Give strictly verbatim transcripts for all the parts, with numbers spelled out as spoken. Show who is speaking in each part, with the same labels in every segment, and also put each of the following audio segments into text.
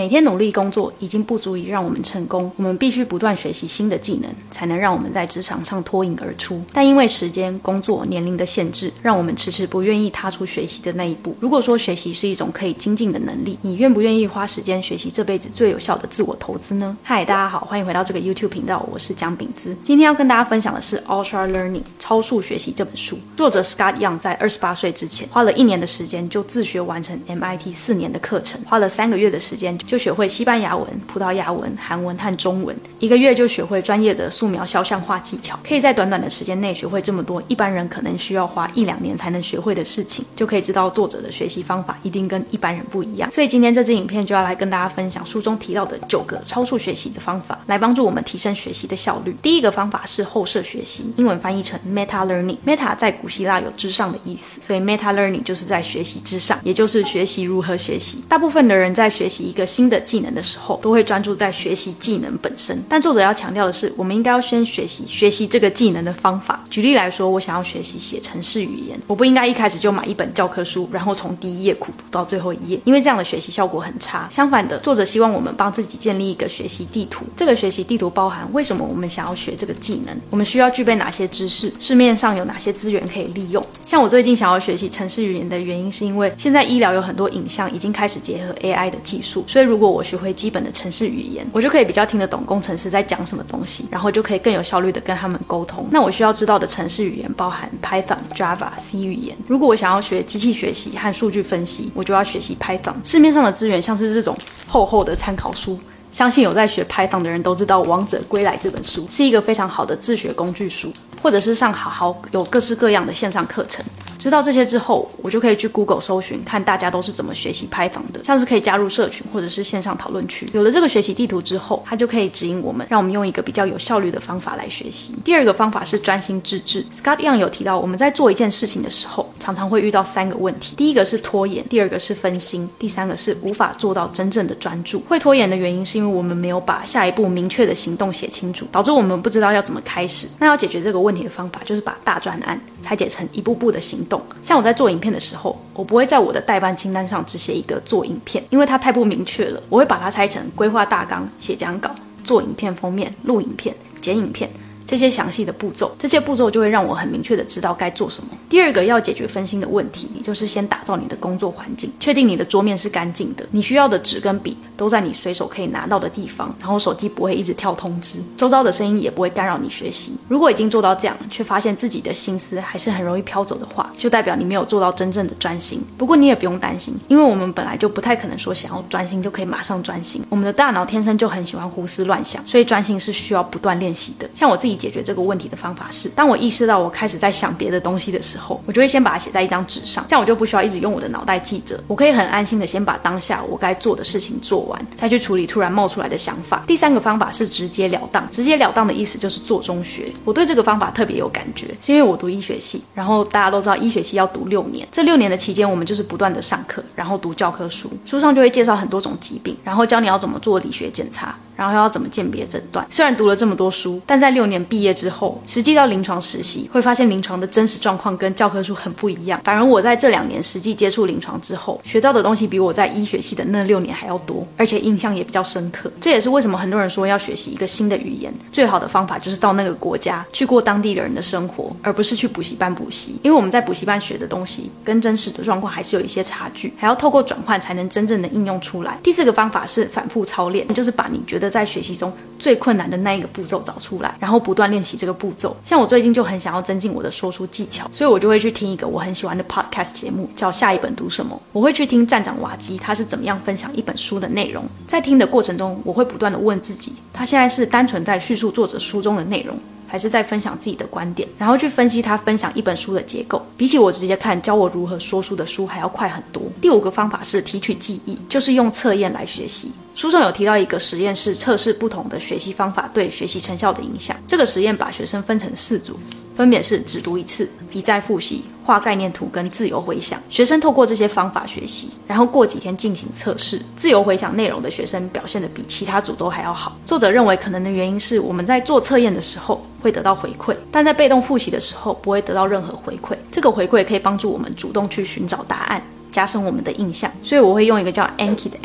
Speaker 1: 每天努力工作已经不足以让我们成功，我们必须不断学习新的技能，才能让我们在职场上脱颖而出。但因为时间、工作、年龄的限制，让我们迟迟不愿意踏出学习的那一步。如果说学习是一种可以精进的能力，你愿不愿意花时间学习这辈子最有效的自我投资呢？嗨，大家好，欢迎回到这个 YouTube 频道，我是江秉姿。今天要跟大家分享的是《Ultra Learning》超速学习这本书。作者 Scott Young 在二十八岁之前，花了一年的时间就自学完成 M I T 四年的课程，花了三个月的时间就学会西班牙文、葡萄牙文、韩文和中文，一个月就学会专业的素描肖像画技巧。可以在短短的时间内学会这么多一般人可能需要花一两年才能学会的事情，就可以知道作者的学习方法一定跟一般人不一样。所以今天这支影片就要来跟大家分享书中提到的九个超速学习的方法，来帮助我们提升学习的效率。第一个方法是后设学习，英文翻译成 Meta Learning。Meta 在古希腊有之上的意思，所以 Meta Learning 就是在学习之上，也就是学习如何学习。大部分的人在学习一个新的技能的时候，都会专注在学习技能本身，但作者要强调的是，我们应该要先学习学习这个技能的方法。举例来说，我想要学习写程式语言，我不应该一开始就买一本教科书，然后从第一页苦读到最后一页，因为这样的学习效果很差。相反的，作者希望我们帮自己建立一个学习地图，这个学习地图包含为什么我们想要学这个技能，我们需要具备哪些知识，市面上有哪些资源可以利用。像我最近想要学习程式语言的原因，是因为现在医疗有很多影像已经开始结合 A I 的技术，所以如果我学会基本的程式语言，我就可以比较听得懂工程师在讲什么东西，然后就可以更有效率的跟他们沟通。那我需要知道的程式语言包含 Python、Java、C 语言。如果我想要学机器学习和数据分析，我就要学习 Python。市面上的资源像是这种厚厚的参考书，相信有在学 Python 的人都知道《王者归来》这本书是一个非常好的自学工具书，或者是上好好有各式各样的线上课程。知道这些之后，我就可以去 Google 搜寻，看大家都是怎么学习 Python 的，像是可以加入社群或者是线上讨论区。有了这个学习地图之后，它就可以指引我们，让我们用一个比较有效率的方法来学习。第二个方法是专心致志。Scott Young 有提到，我们在做一件事情的时候，常常会遇到三个问题。第一个是拖延，第二个是分心，第三个是无法做到真正的专注。会拖延的原因是因为我们没有把下一步明确的行动写清楚，导致我们不知道要怎么开始。那要解决这个问题的方法就是把大专案拆解成一步步的行动。像我在做影片的时候，我不会在我的待办清单上只写一个做影片，因为它太不明确了。我会把它拆成规划大纲、写讲稿、做影片封面、录影片、剪影片，这些详细的步骤，这些步骤就会让我很明确的知道该做什么。第二个要解决分心的问题，你就是先打造你的工作环境，确定你的桌面是干净的，你需要的纸跟笔都在你随手可以拿到的地方，然后手机不会一直跳通知，周遭的声音也不会干扰你学习。如果已经做到这样，却发现自己的心思还是很容易飘走的话，就代表你没有做到真正的专心。不过你也不用担心，因为我们本来就不太可能说想要专心就可以马上专心，我们的大脑天生就很喜欢胡思乱想，所以专心是需要不断练习的。像我自己解决这个问题的方法是，当我意识到我开始在想别的东西的时候，我就会先把它写在一张纸上，这样我就不需要一直用我的脑袋记着，我可以很安心的先把当下我该做的事情做完，再去处理突然冒出来的想法。第三个方法是直截了当。直截了当的意思就是做中学。我对这个方法特别有感觉，是因为我读医学系，然后大家都知道医学系要读六年，这六年的期间我们就是不断的上课，然后读教科书，书上就会介绍很多种疾病，然后教你要怎么做理学检查，然后要怎么鉴别诊断。虽然读了这么多书，但在六年毕业之后，实际到临床实习，会发现临床的真实状况跟教科书很不一样。反而我在这两年实际接触临床之后，学到的东西比我在医学系的那六年还要多，而且印象也比较深刻。这也是为什么很多人说要学习一个新的语言，最好的方法就是到那个国家去过当地的人的生活，而不是去补习班补习。因为我们在补习班学的东西跟真实的状况还是有一些差距，还要透过转换才能真正的应用出来。第四个方法是反复操练，就是把你觉得在学习中最困难的那一个步骤找出来，然后不断练习这个步骤。像我最近就很想要增进我的说书技巧，所以我就会去听一个我很喜欢的 podcast 节目，叫下一本读什么。我会去听站长瓦基他是怎么样分享一本书的内容，在听的过程中，我会不断的问自己，他现在是单纯在叙述作者书中的内容，还是在分享自己的观点，然后去分析他分享一本书的结构，比起我直接看教我如何说书的书还要快很多。第五个方法是提取记忆，就是用测验来学习。书中有提到一个实验是测试不同的学习方法对学习成效的影响。这个实验把学生分成四组，分别是只读一次、一再复习、画概念图跟自由回想。学生透过这些方法学习，然后过几天进行测试。自由回想内容的学生表现得比其他组都还要好。作者认为可能的原因是我们在做测验的时候会得到回馈，但在被动复习的时候不会得到任何回馈。这个回馈可以帮助我们主动去寻找答案，加深我们的印象。所以我会用一个叫 Anki 的 App，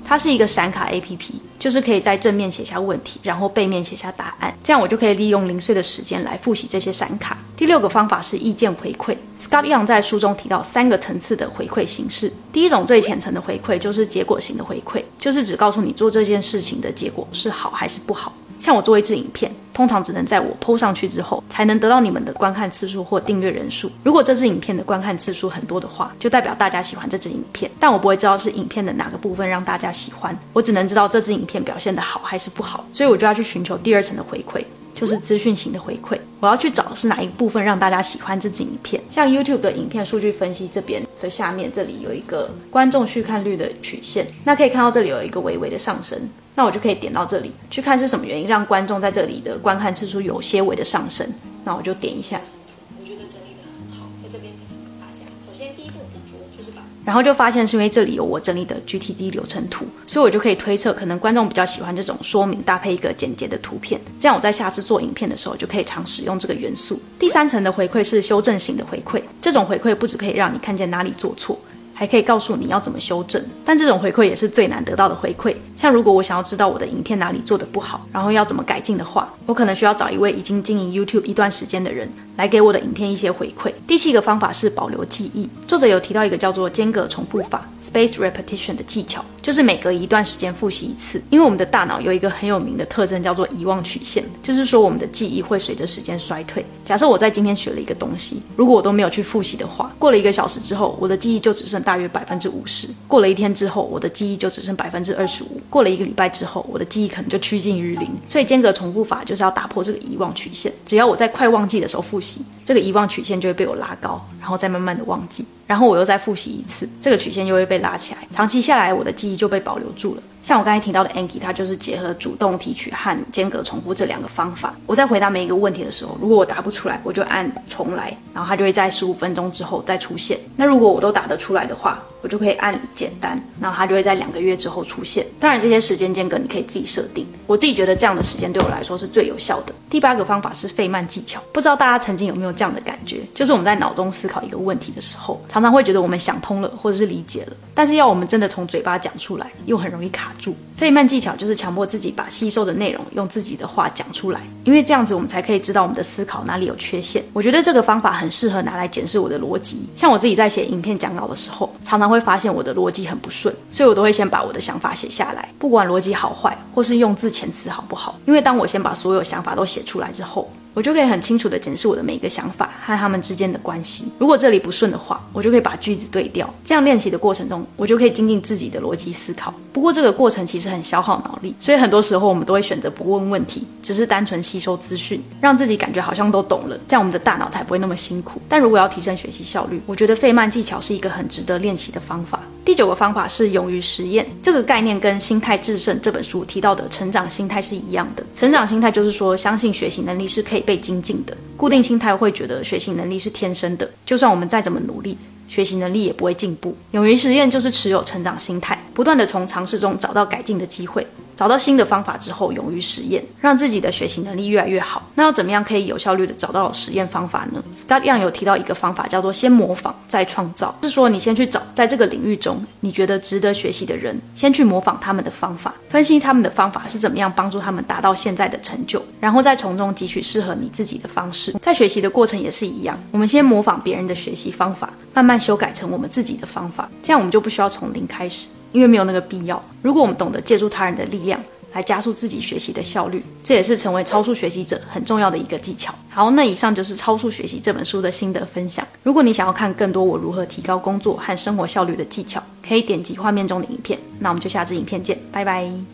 Speaker 1: 它是一个闪卡 A P P， 就是可以在正面写下问题，然后背面写下答案，这样我就可以利用零碎的时间来复习这些闪卡。第六个方法是意见回馈。Scott Young 在书中提到三个层次的回馈形式。第一种最浅层的回馈就是结果型的回馈，就是只告诉你做这件事情的结果是好还是不好。像我做一支影片，通常只能在我 po 上去之后，才能得到你们的观看次数或订阅人数。如果这支影片的观看次数很多的话，就代表大家喜欢这支影片，但我不会知道是影片的哪个部分让大家喜欢，我只能知道这支影片表现的好还是不好，所以我就要去寻求第二层的回馈，就是资讯型的回馈。我要去找是哪一部分让大家喜欢这支影片。像 YouTube 的影片数据分析这边的下面，这里有一个观众续看率的曲线，那可以看到这里有一个微微的上升，那我就可以点到这里去看是什么原因让观众在这里的观看次数有些微的上升。那我就点一下，我觉得整理的很好，在这边分享给大家。首先第一步捕捉就是把，然后就发现是因为这里有我整理的 G T D 流程图，所以我就可以推测可能观众比较喜欢这种说明搭配一个简洁的图片，这样我在下次做影片的时候就可以常使用这个元素。第三层的回馈是修正型的回馈，这种回馈不只可以让你看见哪里做错，还可以告诉你要怎么修正，但这种回馈也是最难得到的回馈。像如果我想要知道我的影片哪里做得不好，然后要怎么改进的话，我可能需要找一位已经经营 YouTube 一段时间的人来给我的影片一些回馈。第七个方法是保留记忆。作者有提到一个叫做间隔重复法 （Space Repetition） 的技巧，就是每隔一段时间复习一次。因为我们的大脑有一个很有名的特征叫做遗忘曲线，就是说我们的记忆会随着时间衰退。假设我在今天学了一个东西，如果我都没有去复习的话，过了一个小时之后，我的记忆就只剩大约百分之五十；过了一天之后，我的记忆就只剩百分之二十五；过了一个礼拜之后，我的记忆可能就趋近于零。所以间隔重复法就是要打破这个遗忘曲线。只要我在快忘记的时候复习，这个遗忘曲线就会被我拉高，然后再慢慢的忘记，然后我又再复习一次，这个曲线又会被拉起来，长期下来我的记忆就被保留住了。像我刚才提到的 Anki， 它就是结合主动提取和间隔重复这两个方法。我在回答每一个问题的时候，如果我答不出来，我就按重来，然后它就会在十五分钟之后再出现。那如果我都答得出来的话，我就可以按简单，然后它就会在两个月之后出现。当然这些时间间隔你可以自己设定，我自己觉得这样的时间对我来说是最有效的。第八个方法是费曼技巧。不知道大家曾经有没有这样的感觉，就是我们在脑中思考一个问题的时候，常常会觉得我们想通了或者是理解了，但是要我们真的从嘴巴讲出来又很容易卡住。费曼技巧就是强迫自己把吸收的内容用自己的话讲出来，因为这样子我们才可以知道我们的思考哪里有缺陷。我觉得这个方法很适合拿来检视我的逻辑。像我自己在写影片讲稿的时候，常常会发现我的逻辑很不顺，所以我都会先把我的想法写下来，不管逻辑好坏或是用字遣词好不好，因为当我先把所有想法都写出来之后，我就可以很清楚地检视我的每一个想法和他们之间的关系。如果这里不顺的话，我就可以把句子对调。这样练习的过程中，我就可以精进自己的逻辑思考。不过这个过程其实很消耗脑力，所以很多时候我们都会选择不问问题，只是单纯吸收资讯，让自己感觉好像都懂了，这样我们的大脑才不会那么辛苦。但如果要提升学习效率，我觉得费曼技巧是一个很值得练习的方法。第九个方法是勇于实验。这个概念跟《心态致胜》这本书提到的成长心态是一样的。成长心态就是说，相信学习能力是可以被精进的。固定心态会觉得学习能力是天生的，就算我们再怎么努力，学习能力也不会进步。勇于实验就是持有成长心态，不断的从尝试中找到改进的机会，找到新的方法之后勇于实验，让自己的学习能力越来越好。那要怎么样可以有效率的找到实验方法呢？ Scott Young 有提到一个方法叫做先模仿再创造，是说你先去找在这个领域中你觉得值得学习的人，先去模仿他们的方法，分析他们的方法是怎么样帮助他们达到现在的成就，然后再从中汲取适合你自己的方式。在学习的过程也是一样，我们先模仿别人的学习方法，慢慢修改成我们自己的方法，这样我们就不需要从零开始，因为没有那个必要。如果我们懂得借助他人的力量来加速自己学习的效率，这也是成为超速学习者很重要的一个技巧。好，那以上就是《超速学习》这本书的心得分享。如果你想要看更多我如何提高工作和生活效率的技巧，可以点击画面中的影片。那我们就下支影片见，拜拜。